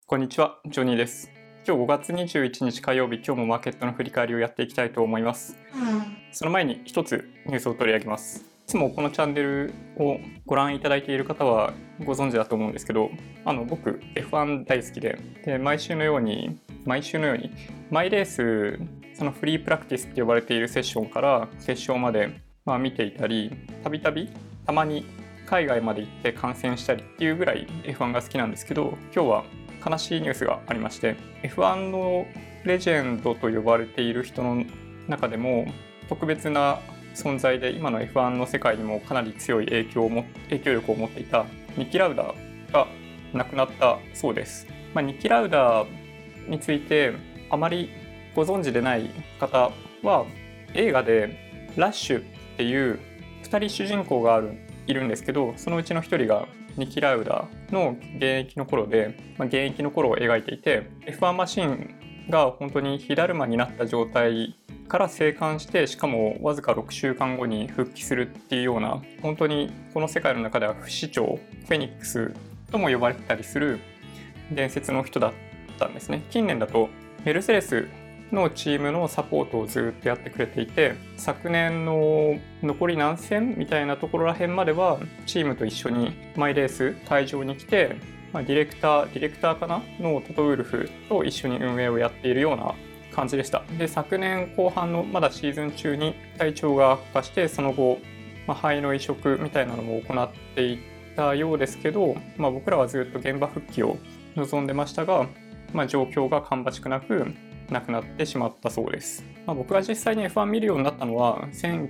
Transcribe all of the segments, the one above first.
こんにちは、ジョニーです。今日5月21日火曜日、今日もマーケットの振り返りをやっていきたいと思います。その前に一つニュースを取り上げます。いつもこのチャンネルをご覧いただいている方はご存知だと思うんですけど、僕 F1 大好きで、毎週のようにマイレース、そのフリープラクティスって呼ばれているセッションから決勝まで見ていたり、たまに海外まで行って観戦したりっていうぐらい F1 が好きなんですけど、今日は悲しいニュースがありまして、 F1 のレジェンドと呼ばれている人の中でも特別な存在で、今の F1 の世界にもかなり強い影響力を持っていたニッキ・ラウダーが亡くなったそうです。ニッキ・ラウダーについてあまりご存知でない方は、映画でラッシュっていう2人主人公がいるんですけど、そのうちの1人がニッキ・ラウダーの現役の頃で、現役の頃を描いていて、 F1 マシンが本当に火だるまになった状態から生還して、しかもわずか6週間後に復帰するっていうような、本当にこの世界の中では不死鳥、フェニックスとも呼ばれたりする伝説の人だったんですね。近年だとメルセデスのチームのサポートをずっとやってくれていて、昨年の残り何戦みたいなところら辺まではチームと一緒にマイレース会場に来て、ディレクターかなのトトウルフと一緒に運営をやっているような感じでした。で、昨年後半のまだシーズン中に体調が悪化して、その後、肺の移植みたいなのも行っていたようですけど、僕らはずっと現場復帰を望んでましたが、状況が芳しくなく亡くなってしまったそうです。僕が実際に F1 見るようになったのは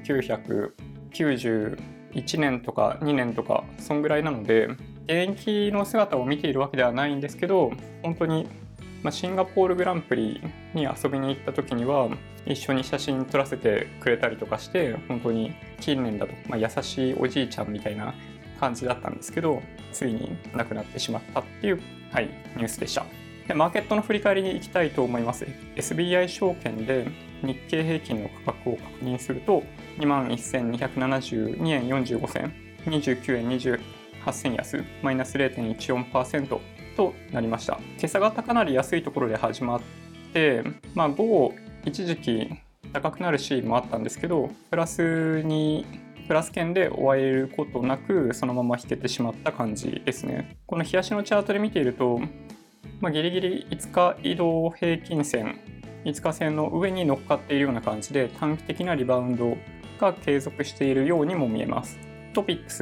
1991年とか2年とかそんぐらいなので、現役の姿を見ているわけではないんですけど、本当にシンガポールグランプリに遊びに行った時には一緒に写真撮らせてくれたりとかして、本当に近年だと優しいおじいちゃんみたいな感じだったんですけど、ついに亡くなってしまったっていう、ニュースでした。で、マーケットの振り返りに行きたいと思います。 SBI 証券で日経平均の価格を確認すると 21,272 円45銭、29円28銭安、マイナス 0.14% となりました。今朝方かなり安いところで始まって、午後一時期高くなるシーンもあったんですけど、プラス圏で終えることなくそのまま引けてしまった感じですね。この日足のチャートで見ていると、ギリギリ5日移動平均線、5日線の上に乗っかっているような感じで、短期的なリバウンドが継続しているようにも見えます。トピックス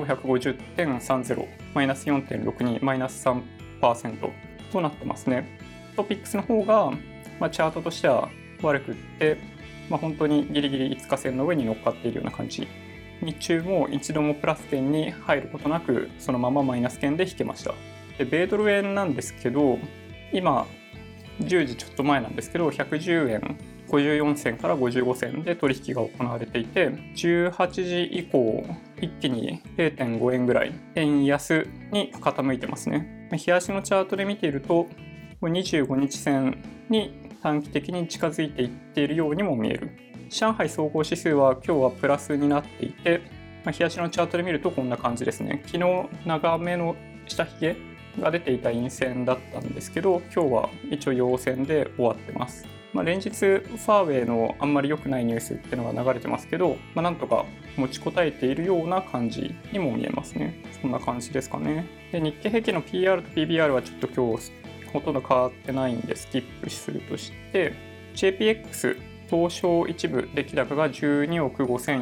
1550.30 マイナス 4.62 マイナス 3% となってますね。トピックスの方が、チャートとしては悪くって、本当にギリギリ5日線の上に乗っかっているような感じ。日中も一度もプラス圏に入ることなく、そのままマイナス圏で引けました。で、米ドル円なんですけど、今10時ちょっと前なんですけど、110円54銭から55銭で取引が行われていて、18時以降一気に 0.5 円ぐらい円安に傾いてますね。日足のチャートで見ていると、25日線に短期的に近づいていっているようにも見える。上海総合指数は今日はプラスになっていて、日足のチャートで見るとこんな感じですね。昨日長めの下髭が出ていた陰線だったんですけど、今日は一応陽線で終わってます。連日ファーウェイのあんまり良くないニュースっていうのが流れてますけど、なんとか持ちこたえているような感じにも見えますね。そんな感じですかね。で、日経平均の PR と PBR はちょっと今日ほとんど変わってないんでスキップするとして、 JPX 東証一部出来高が12億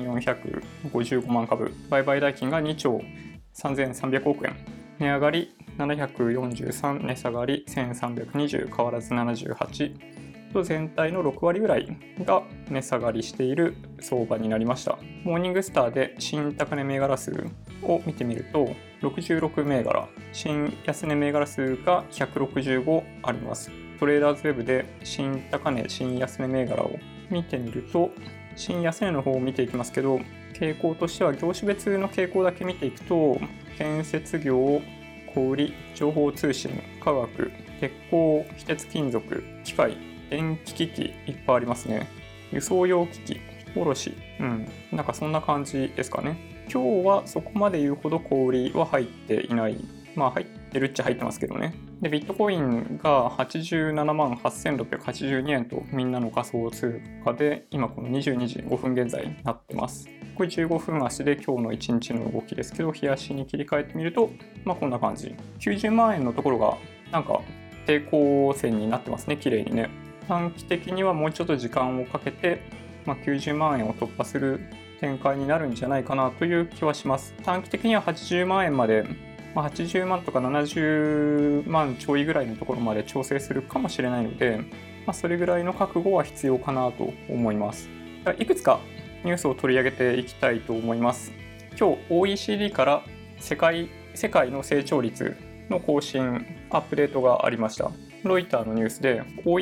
5455万株、売買代金が2兆3300億円、値上がり743、値下がり1320、変わらず78と、全体の6割ぐらいが値下がりしている相場になりました。モーニングスターで新高値銘柄数を見てみると、66銘柄、新安値銘柄数が165あります。トレーダーズウェブで新高値、新安値銘柄を見てみると、新安値の方を見ていきますけど、傾向としては業種別の傾向だけ見ていくと、建設業、小売、情報通信、化学、鉄鋼、非鉄金属、機械、電気機器いっぱいありますね。輸送用機器、卸、なんかそんな感じですかね。今日はそこまで言うほど小売は入っていない。入ってるっちゃ入ってますけどね。 で、ビットコインが87万8682円とみんなの仮想通貨で、今この22時5分現在になってます。これ15分足で今日の1日の動きですけど、日足に切り替えてみると、こんな感じ。90万円のところがなんか抵抗線になってますね、綺麗にね。短期的にはもうちょっと時間をかけて、90万円を突破する展開になるんじゃないかなという気はします。短期的には80万円まで、80万とか70万ちょいぐらいのところまで調整するかもしれないので、それぐらいの覚悟は必要かなと思います。いくつかニュースを取り上げていきたいと思います。今日 OECD から世界の成長率の更新アップデートがありました。ロイターのニュースで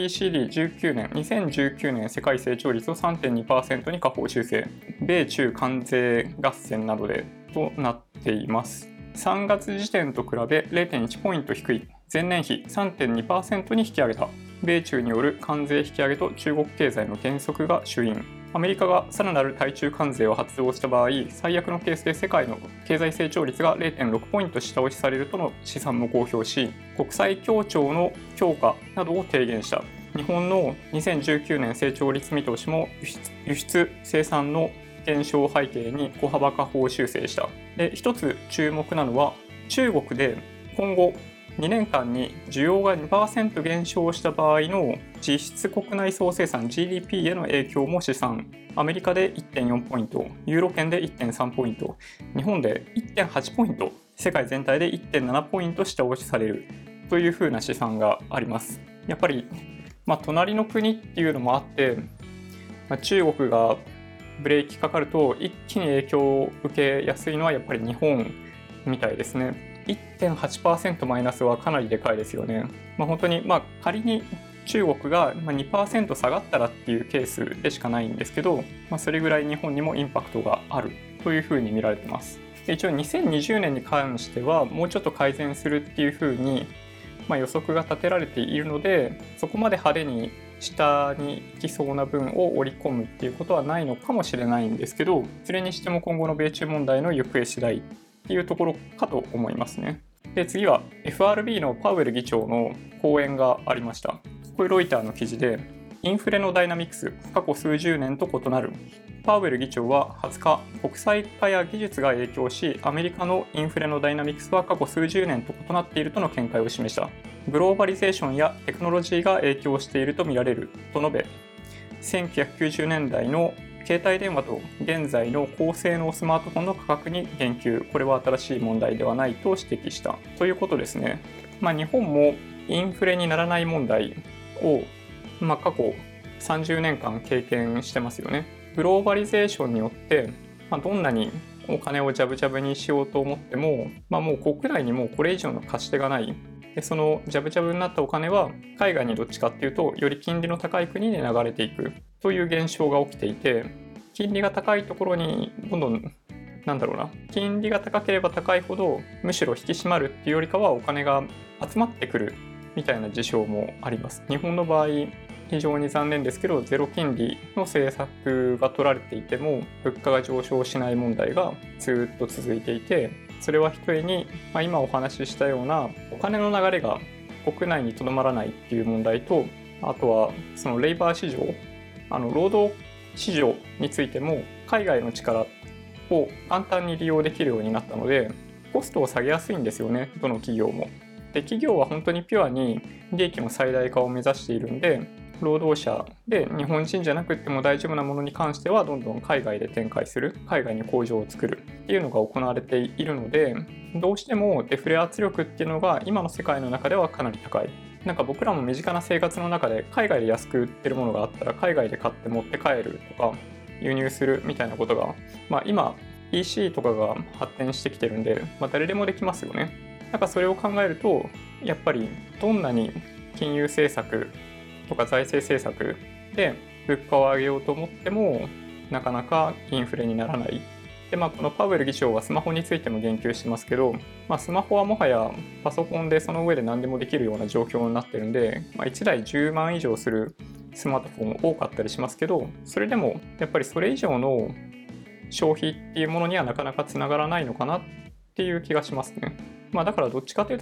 OECD2019 年世界成長率を 3.2% に下方修正、米中関税合戦などでとなっています。3月時点と比べ 0.1 ポイント低い前年比 3.2% に引き上げた。米中による関税引き上げと中国経済の減速が主因。アメリカがさらなる対中関税を発動した場合、最悪のケースで世界の経済成長率が 0.6 ポイント下押しされるとの試算も公表し、国際協調の強化などを提言した。日本の2019年成長率見通しも輸出生産の減少を背景に小幅下方修正した。で、一つ注目なのは、中国で今後2年間に需要が 2% 減少した場合の実質国内総生産 GDP への影響も試算。アメリカで 1.4 ポイント、ユーロ圏で 1.3 ポイント、日本で 1.8 ポイント、世界全体で 1.7 ポイント下押しされるというふうな試算があります。やっぱり、隣の国っていうのもあって、中国がブレーキかかると一気に影響を受けやすいのはやっぱり日本みたいですね。1.8% マイナスはかなりでかいですよね。本当に仮に中国が 2% 下がったらっていうケースでしかないんですけど、それぐらい日本にもインパクトがあるというふうに見られてます。一応2020年に関してはもうちょっと改善するっていうふうに予測が立てられているので、そこまで派手に下に行きそうな分を織り込むっていうことはないのかもしれないんですけど、それにしても今後の米中問題の行方次第っていうところかと思いますね。で、次は FRB のパウエル議長の講演がありました。これロイターの記事で、インフレのダイナミクス、過去数十年と異なる。パウエル議長は20日、国際化や技術が影響し、アメリカのインフレのダイナミクスは過去数十年と異なっているとの見解を示した。グローバリゼーションやテクノロジーが影響しているとみられると述べ、1990年代の携帯電話と現在の高性能スマートフォンの価格に言及。これは新しい問題ではないと指摘したということですね。日本もインフレにならない問題を、過去30年間経験してますよね。グローバリゼーションによって、どんなにお金をジャブジャブにしようと思っても、もう国内にもうこれ以上の貸し手がない。で、そのジャブジャブになったお金は海外にどっちかっていうと、より金利の高い国に流れていくという現象が起きていて、金利が高いところにどんどん金利が高ければ高いほどむしろ引き締まるっていうよりかはお金が集まってくるみたいな事象もあります。日本の場合非常に残念ですけど、ゼロ金利の政策が取られていても物価が上昇しない問題がずっと続いていて、それはひとえに、今お話ししたようなお金の流れが国内にとどまらないっていう問題と、あとはそのレイバー市場、労働市場についても海外の力を簡単に利用できるようになったので、コストを下げやすいんですよね、どの企業も。で、企業は本当にピュアに利益の最大化を目指しているんで、労働者で日本人じゃなくても大丈夫なものに関してはどんどん海外で展開する、海外に工場を作るっていうのが行われているので、どうしてもデフレ圧力っていうのが今の世界の中ではかなり高い。僕らも身近な生活の中で海外で安く売ってるものがあったら海外で買って持って帰るとか輸入するみたいなことが、今 EC とかが発展してきてるんで、誰でもできますよね。それを考えると、やっぱりどんなに金融政策とか財政政策で物価を上げようと思ってもなかなかインフレにならない。で、このパウエル議長はスマホについても言及してますけど、スマホはもはやパソコンでその上で何でもできるような状況になってるんで、1台10万以上するスマートフォン多かったりしますけど、それでもやっぱりそれ以上の消費っていうものにはなかなかつながらないのかなっていう気がしますね。だからどっちかというと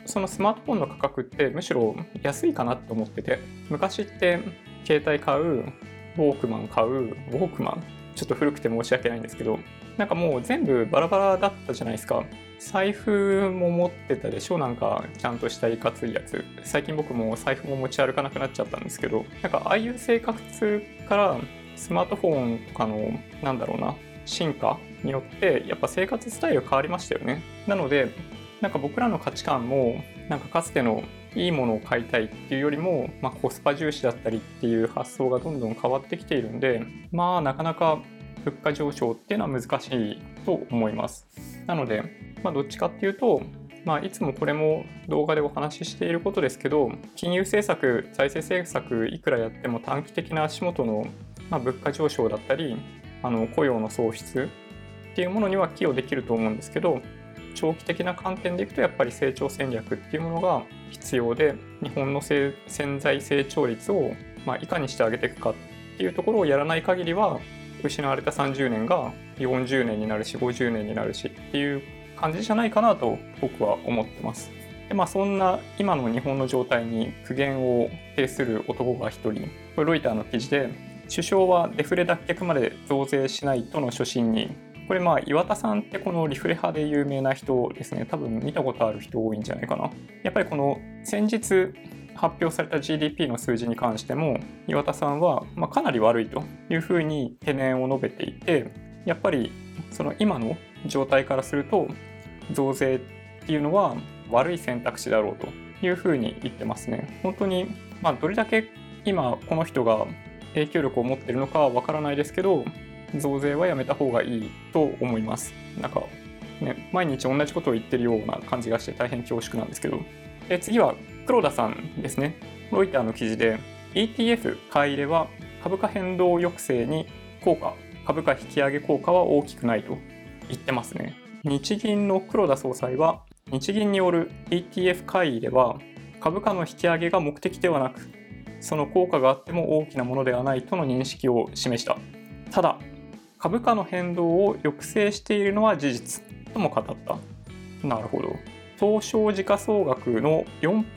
そのスマートフォンの価格ってむしろ安いかなって思ってて、昔って携帯買う、ウォークマン買う、ウォークマンちょっと古くて申し訳ないんですけど、なんかもう全部バラバラだったじゃないですか。財布も持ってたでしょ、なんかちゃんとしたいかついやつ。最近僕も財布も持ち歩かなくなっちゃったんですけど、なんかああいう生活からスマートフォンとかのなんだろうな、進化によってやっぱ生活スタイル変わりましたよね。なのでなんか僕らの価値観もなんかかつてのいいものを買いたいっていうよりも、コスパ重視だったりっていう発想がどんどん変わってきているんで、なかなか物価上昇っていうのは難しいと思います。なので、どっちかっていうと、いつもこれも動画でお話ししていることですけど、金融政策、財政政策いくらやっても短期的な足元の物価上昇だったり、雇用の創出っていうものには寄与できると思うんですけど、長期的な観点でいくとやっぱり成長戦略っていうものが必要で、日本の潜在成長率をいかにして上げていくかっていうところをやらない限りは、失われた30年が40年になるし50年になるしっていう感じじゃないかなと僕は思ってます。でそんな今の日本の状態に苦言を呈する男が一人、これロイターの記事で、首相はデフレ脱却まで増税しないとの所信に、これ岩田さんってこのリフレ派で有名な人ですね。多分見たことある人多いんじゃないかな。やっぱりこの先日発表された GDP の数字に関しても岩田さんはかなり悪いというふうに懸念を述べていて、やっぱりその今の状態からすると増税っていうのは悪い選択肢だろうというふうに言ってますね。本当にどれだけ今この人が影響力を持っているのかはわからないですけど、増税はやめた方がいいと思います。なんかね、毎日同じことを言ってるような感じがして大変恐縮なんですけど。次は黒田さんですね。ロイターの記事で ETF 買い入れは株価変動抑制に効果、株価引き上げ効果は大きくないと言ってますね。日銀の黒田総裁は、日銀による ETF 買い入れは株価の引き上げが目的ではなく、その効果があっても大きなものではないとの認識を示した。ただ株価の変動を抑制しているのは事実とも語った。なるほど。東証時価総額の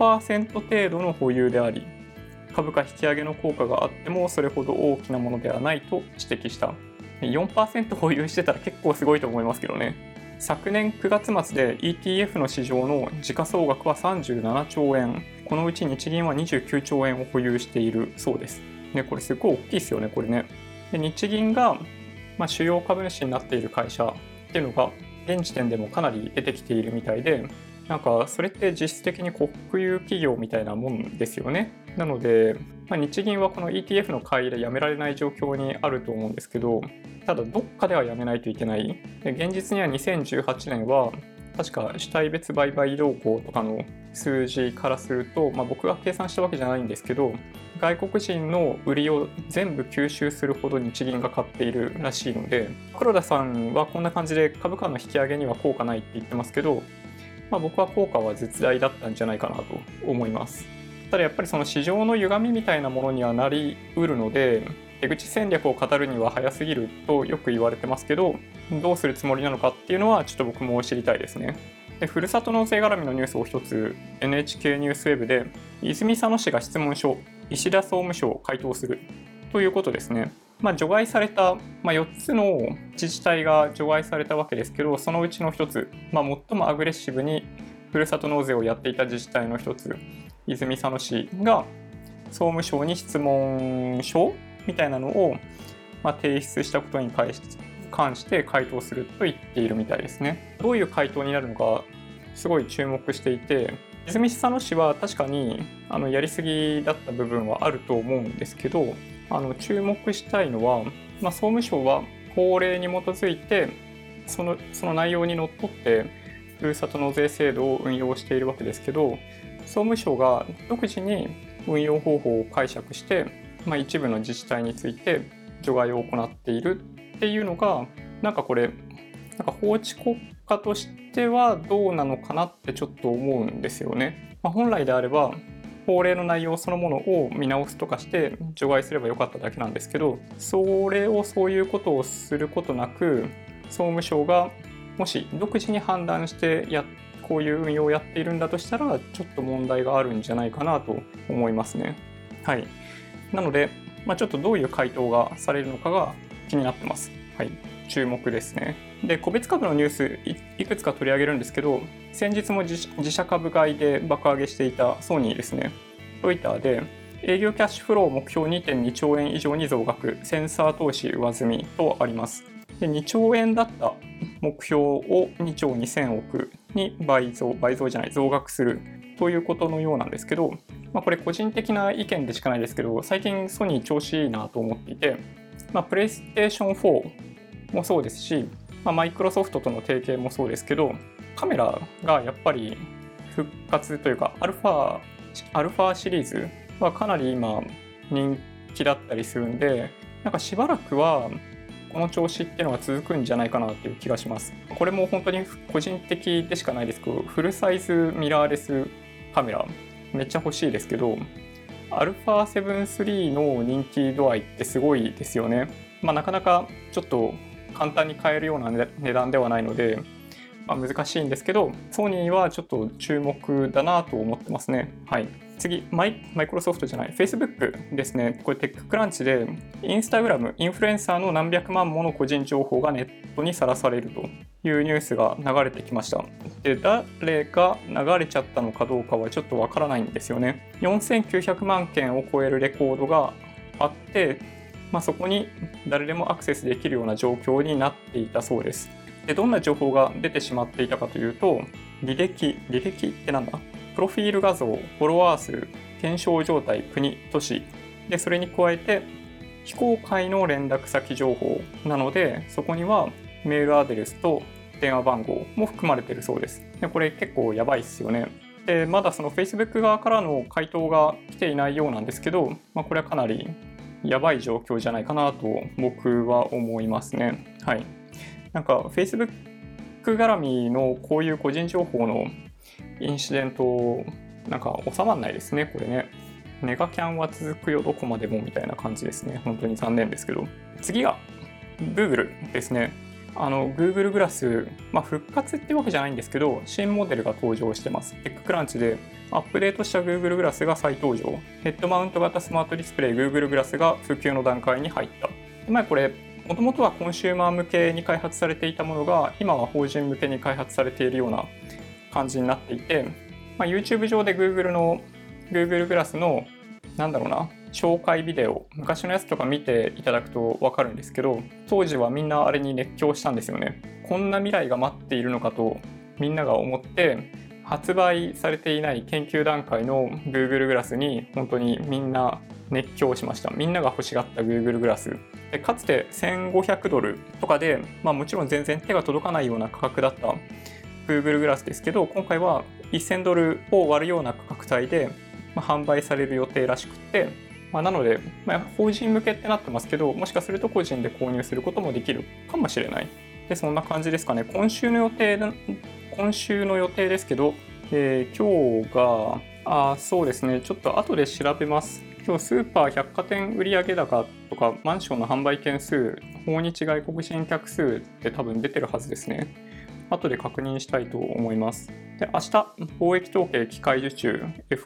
4% 程度の保有であり、株価引き上げの効果があってもそれほど大きなものではないと指摘した。4% 保有してたら結構すごいと思いますけどね。昨年9月末で ETF の市場の時価総額は37兆円。このうち日銀は29兆円を保有しているそうです。ね、これすごい大きいですよね、これね。で、日銀が主要株主になっている会社っていうのが現時点でもかなり出てきているみたいで、なんかそれって実質的に国有企業みたいなもんですよね。なので、日銀はこの ETF の買い入れやめられない状況にあると思うんですけど、ただどっかではやめないといけない。で、現実には2018年は確か主体別売買動向とかの数字からすると、僕が計算したわけじゃないんですけど、外国人の売りを全部吸収するほど日銀が買っているらしいので、黒田さんはこんな感じで株価の引き上げには効果ないって言ってますけど、僕は効果は絶大だったんじゃないかなと思います。ただやっぱりその市場の歪みみたいなものにはなりうるので、出口戦略を語るには早すぎるとよく言われてますけど、どうするつもりなのかっていうのはちょっと僕も知りたいですね。で、ふるさと納税絡みのニュースを一つ NHK ニュースウェブで、泉佐野市が質問書、石田総務省を回答するということですね。除外された、4つの自治体が除外されたわけですけど、そのうちの1つ、最もアグレッシブにふるさと納税をやっていた自治体の1つ、泉佐野市が総務省に質問書みたいなのを提出したことに関して回答すると言っているみたいですね。どういう回答になるのかすごい注目していて、泉佐野市は確かにやりすぎだった部分はあると思うんですけど、注目したいのは、総務省は法令に基づいてその内容にのっとってふるさと納税制度を運用しているわけですけど、総務省が独自に運用方法を解釈して、一部の自治体について除外を行っているっていうのが、これ法治国家としてはどうなのかなってちょっと思うんですよね。本来であれば法令の内容そのものを見直すとかして除外すればよかっただけなんですけど、そういうことをすることなく、総務省がもし独自に判断してこういう運用をやっているんだとしたら、ちょっと問題があるんじゃないかなと思いますね。はい。なので、ちょっとどういう回答がされるのかが気になってます。はい。注目ですね。で、個別株のニュース いくつか取り上げるんですけど、先日も自社株買いで爆上げしていたソニーですね。ロイターで、営業キャッシュフロー目標 2.2 兆円以上に増額、センサー投資上積みとあります。で、2兆円だった目標を2兆2000億に増額するということのようなんですけど、これ個人的な意見でしかないですけど、最近ソニー調子いいなと思っていて、プレイステーション4もそうですし、マイクロソフトとの提携もそうですけど、カメラがやっぱり復活というか、アルファシリーズはかなり今人気だったりするんで、しばらくはこの調子っていうのが続くんじゃないかなっていう気がします。これも本当に個人的でしかないですけど、フルサイズミラーレスカメラめっちゃ欲しいですけど、α7 III の人気度合いってすごいですよね。なかなかちょっと簡単に買えるような値段ではないので、難しいんですけど、ソニーはちょっと注目だなと思ってますね。はい。次、マイクロソフトじゃない、Facebook ですね。これテッククランチで、インスタグラム、インフルエンサーの何百万もの個人情報がネットにさらされるというニュースが流れてきました。で、誰が流れちゃったのかどうかはちょっとわからないんですよね。4900万件を超えるレコードがあって、そこに誰でもアクセスできるような状況になっていたそうです。で、どんな情報が出てしまっていたかというと、履歴ってなんだ？プロフィール画像、フォロワー数、検証状態、国、都市。で、それに加えて、非公開の連絡先情報なので、そこにはメールアドレスと電話番号も含まれているそうです。で、これ結構やばいですよね。で、まだその Facebook 側からの回答が来ていないようなんですけど、これはかなりやばい状況じゃないかなと僕は思いますね。はい。Facebook 絡みのこういう個人情報のインシデント収まんないですね、これね。ネガキャンは続くよどこまでもみたいな感じですね。本当に残念ですけど。次が Google ですね。Google グラス、復活ってわけじゃないんですけど、新モデルが登場してます。テッククランチでアップデートした Google グラスが再登場。ヘッドマウント型スマートディスプレイ Google グラスが普及の段階に入った。これ、もともとはコンシューマー向けに開発されていたものが、今は法人向けに開発されているような感じになっていて、YouTube 上で Google グラスの紹介ビデオ、昔のやつとか見ていただくと分かるんですけど、当時はみんなあれに熱狂したんですよね。こんな未来が待っているのかとみんなが思って、発売されていない研究段階の Google グラスに本当にみんな熱狂しました。みんなが欲しがった Google グラス。でかつて$1500とかで、もちろん全然手が届かないような価格だった Google グラスですけど、今回は$1000を割るような価格帯で、販売される予定らしくって、なので、法人向けってなってますけど、もしかすると個人で購入することもできるかもしれない。で、そんな感じですかね。今週の予定ですけど、今日が、そうですね、ちょっと後で調べます。今日スーパー百貨店売上高とかマンションの販売件数、訪日外国人客数って多分出てるはずですね。後で確認したいと思います。で、明日、貿易統計機械受注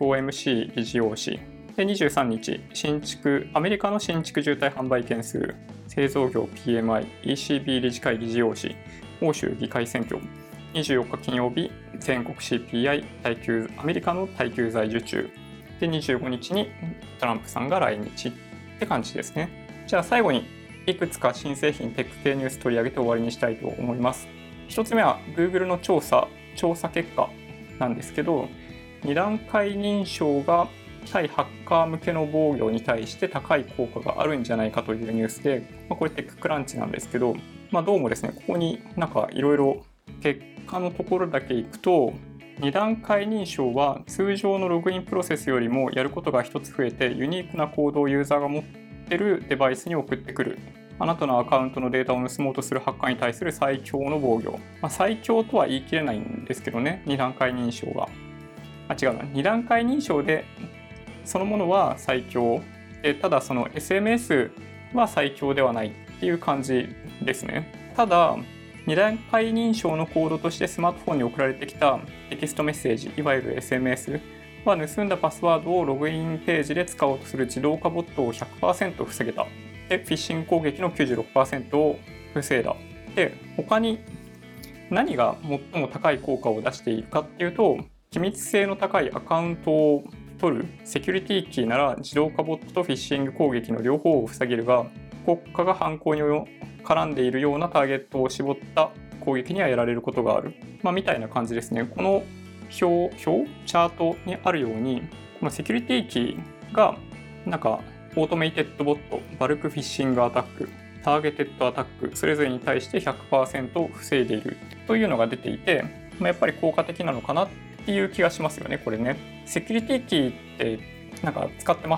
FOMC 議事要旨。で、23日、アメリカの新築住宅販売件数、製造業 PMI、ECB 理事会議事要旨、欧州議会選挙。24日金曜日、全国 CPI、アメリカの耐久財受注。で、25日にトランプさんが来日って感じですね。じゃあ最後に、いくつか新製品テック系ニュース取り上げて終わりにしたいと思います。1つ目は Google の調査結果なんですけど、2段階認証が対ハッカー向けの防御に対して高い効果があるんじゃないかというニュースで、これテッククランチなんですけど、どうもですね、ここにいろいろ結果のところだけいくと、2段階認証は通常のログインプロセスよりもやることが1つ増えて、ユニークなコードをユーザーが持っているデバイスに送ってくる。あなたのアカウントのデータを盗もうとするハッカーに対する最強の防御。最強とは言い切れないんですけどね、2段階認証が。2段階認証でそのものは最強。ただその SMS は最強ではないっていう感じですね。ただ、 2段階認証のコードとしてスマートフォンに送られてきたテキストメッセージ、いわゆる SMS は盗んだパスワードをログインページで使おうとする自動化ボットを 100% 防げた。で、フィッシング攻撃の 96% を防いだ。で、他に何が最も高い効果を出しているかっていうと、機密性の高いアカウントを取るセキュリティキーなら自動化ボットとフィッシング攻撃の両方を塞げるが、国家が犯行に絡んでいるようなターゲットを絞った攻撃にはやられることがある。みたいな感じですね。このチャートにあるように、このセキュリティキーがなんかオートメイテッドボット、バルクフィッシングアタック、ターゲテッドアタック、それぞれに対して 100% 防いでいるというのが出ていて、やっぱり効果的なのかなっていう気がしますよね、これね。セキュリティキーってなんか使ってます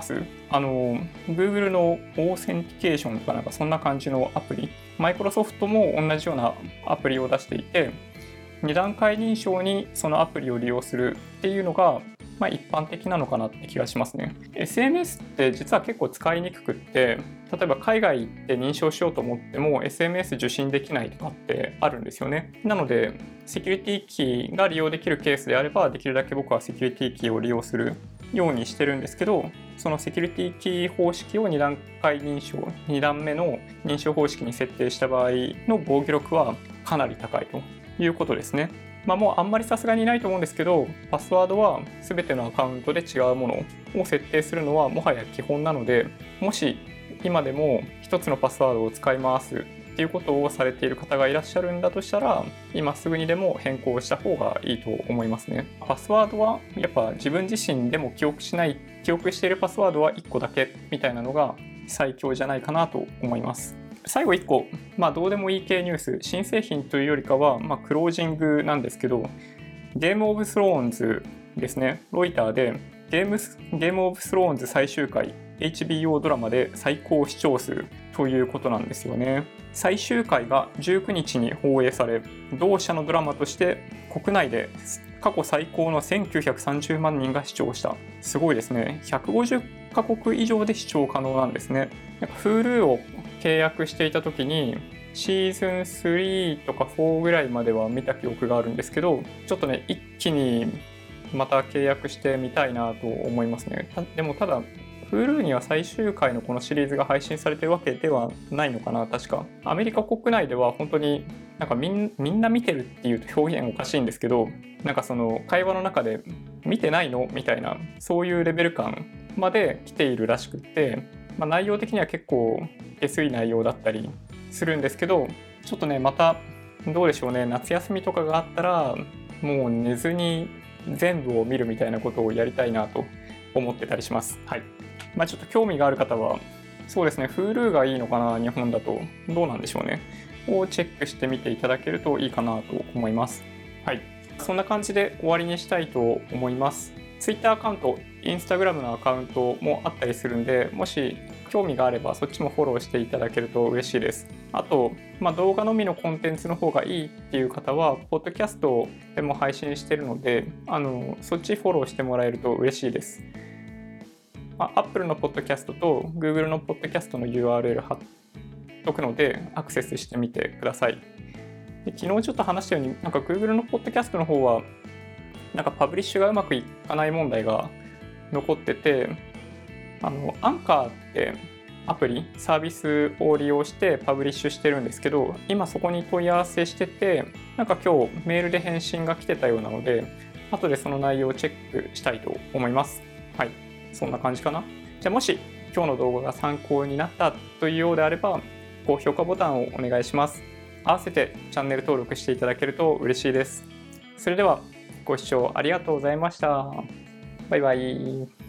？Google のオーセンティケーションとかなんかそんな感じのアプリ、マイクロソフトも同じようなアプリを出していて、2段階認証にそのアプリを利用するっていうのが一般的なのかなって気がしますね。SMS って実は結構使いにくくって、例えば海外行って認証しようと思っても SMS 受信できないとかってあるんですよね。なのでセキュリティキーが利用できるケースであれば、できるだけ僕はセキュリティキーを利用するようにしてるんですけど、そのセキュリティキー方式を2段階認証、2段目の認証方式に設定した場合の防御力はかなり高いということですね。もうあんまりさすがにないと思うんですけど、パスワードは全てのアカウントで違うものを設定するのはもはや基本なので、もし今でも一つのパスワードを使い回すっていうことをされている方がいらっしゃるんだとしたら、今すぐにでも変更した方がいいと思いますね。パスワードはやっぱ自分自身でも記憶しているパスワードは1個だけみたいなのが最強じゃないかなと思います。最後1個、どうでもいい系ニュース、新製品というよりかは、クロージングなんですけど、ゲームオブスローンズですね、ロイターでゲームオブスローンズ最終回、HBO ドラマで最高視聴数ということなんですよね。最終回が19日に放映され、同社のドラマとして国内で過去最高の1930万人が視聴した。すごいですね。150カ国以上で視聴可能なんですね。Hulu を契約していた時にシーズン3とか4ぐらいまでは見た記憶があるんですけど、ちょっとね一気にまた契約してみたいなと思いますね。でもただ Hulu には最終回のこのシリーズが配信されてるわけではないのかな。確かアメリカ国内では本当になんかみんな見てるっていうと表現おかしいんですけど、なんかその会話の中で見てないのみたいな、そういうレベル感まで来ているらしくって、内容的には結構下水内容だったりするんですけど、ちょっとねまたどうでしょうね、夏休みとかがあったらもう寝ずに全部を見るみたいなことをやりたいなと思ってたりします。はい。ちょっと興味がある方はそうですね、Hulu がいいのかな、日本だとどうなんでしょうねをチェックしてみていただけるといいかなと思います。はい。そんな感じで終わりにしたいと思います。Twitter アカウント、Instagram のアカウントもあったりするんで、もし興味があればそっちもフォローしていただけると嬉しいです。あと、動画のみのコンテンツの方がいいっていう方は、ポッドキャストでも配信しているので、そっちフォローしてもらえると嬉しいです。Apple のポッドキャストと Google のポッドキャストの URL 貼っとくので、アクセスしてみてください。で、昨日ちょっと話したように、なんか Google のポッドキャストの方は、なんかパブリッシュがうまくいかない問題が残ってて、アンカーってアプリ、サービスを利用してパブリッシュしてるんですけど、今そこに問い合わせしてて、なんか今日メールで返信が来てたようなので、後でその内容をチェックしたいと思います。はい、そんな感じかな。じゃあもし今日の動画が参考になったというようであれば、高評価ボタンをお願いします。合わせてチャンネル登録していただけると嬉しいです。それではご視聴ありがとうございました。バイバイ。